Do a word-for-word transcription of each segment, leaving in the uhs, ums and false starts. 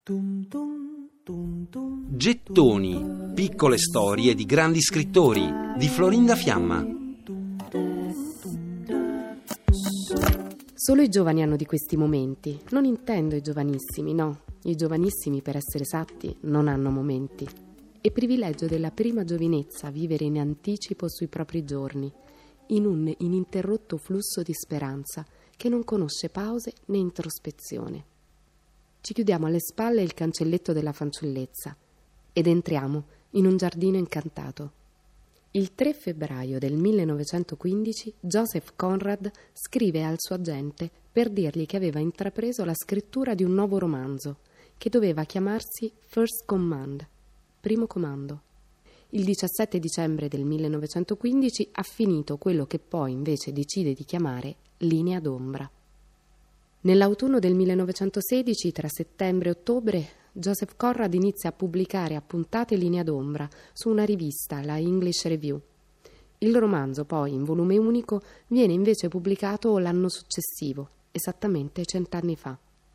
Gettoni, piccole storie di grandi scrittori di Florinda Fiamma. Solo i giovani hanno di questi momenti. Non intendo i giovanissimi, no. I giovanissimi, per essere esatti, non hanno momenti. È privilegio della prima giovinezza vivere in anticipo sui propri giorni, in un ininterrotto flusso di speranza che non conosce pause né introspezione. Ci chiudiamo alle spalle il cancelletto della fanciullezza ed entriamo in un giardino incantato. Il tre febbraio del millenovecentoquindici Joseph Conrad scrive al suo agente per dirgli che aveva intrapreso la scrittura di un nuovo romanzo che doveva chiamarsi First Command, primo comando. Il diciassette dicembre del millenovecentoquindici ha finito quello che poi invece decide di chiamare Linea d'ombra. Nell'autunno del millenovecentosedici, tra settembre e ottobre, Joseph Conrad inizia a pubblicare a puntate Linea d'ombra su una rivista, la English Review. Il romanzo, poi, in volume unico, viene invece pubblicato l'anno successivo, esattamente cent'anni fa.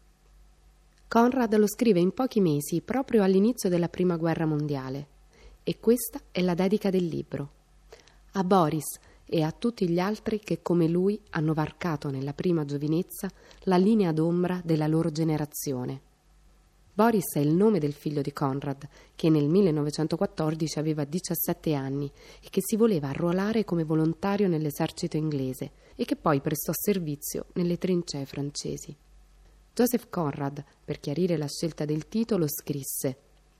Conrad lo scrive in pochi mesi, proprio all'inizio della Prima Guerra Mondiale, e questa è la dedica del libro. A Boris e a tutti gli altri che, come lui, hanno varcato nella prima giovinezza la linea d'ombra della loro generazione. Boris è il nome del figlio di Conrad, che nel millenovecentoquattordici aveva diciassette anni e che si voleva arruolare come volontario nell'esercito inglese e che poi prestò servizio nelle trincee francesi. Joseph Conrad, per chiarire la scelta del titolo, scrisse: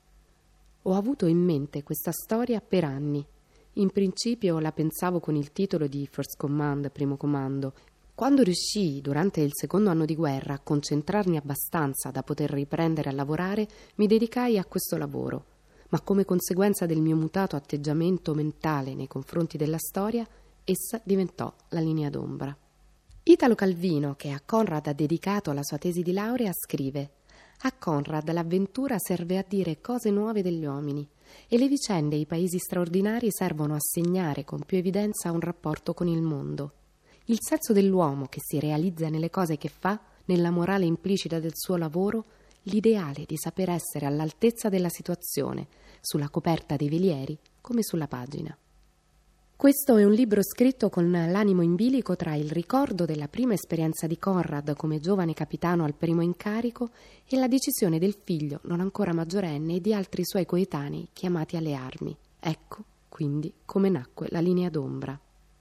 «Ho avuto in mente questa storia per anni. In principio la pensavo con il titolo di First Command, primo comando. Quando riuscii, durante il secondo anno di guerra, a concentrarmi abbastanza da poter riprendere a lavorare, mi dedicai a questo lavoro. Ma come conseguenza del mio mutato atteggiamento mentale nei confronti della storia, essa diventò la linea d'ombra». Italo Calvino, che a Conrad ha dedicato la sua tesi di laurea, scrive: «A Conrad l'avventura serve a dire cose nuove degli uomini e le vicende e i paesi straordinari servono a segnare con più evidenza un rapporto con il mondo. Il senso dell'uomo che si realizza nelle cose che fa, nella morale implicita del suo lavoro, l'ideale di saper essere all'altezza della situazione, sulla coperta dei velieri come sulla pagina». Questo è un libro scritto con l'animo in bilico tra il ricordo della prima esperienza di Conrad come giovane capitano al primo incarico e la decisione del figlio, non ancora maggiorenne, e di altri suoi coetanei chiamati alle armi. Ecco, quindi, come nacque la linea d'ombra.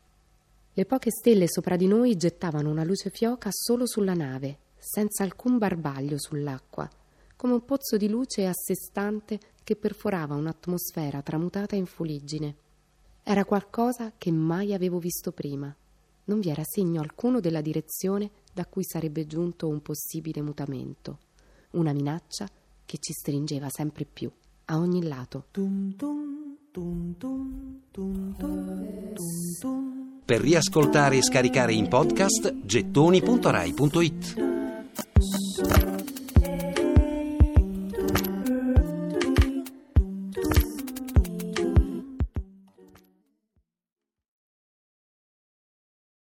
Le poche stelle sopra di noi gettavano una luce fioca solo sulla nave, senza alcun barbaglio sull'acqua, come un pozzo di luce a sé stante che perforava un'atmosfera tramutata in fuliggine. Era qualcosa che mai avevo visto prima. Non vi era segno alcuno della direzione da cui sarebbe giunto un possibile mutamento. Una minaccia che ci stringeva sempre più, a ogni lato. Per riascoltare e scaricare in podcast gettoni punto rai punto it.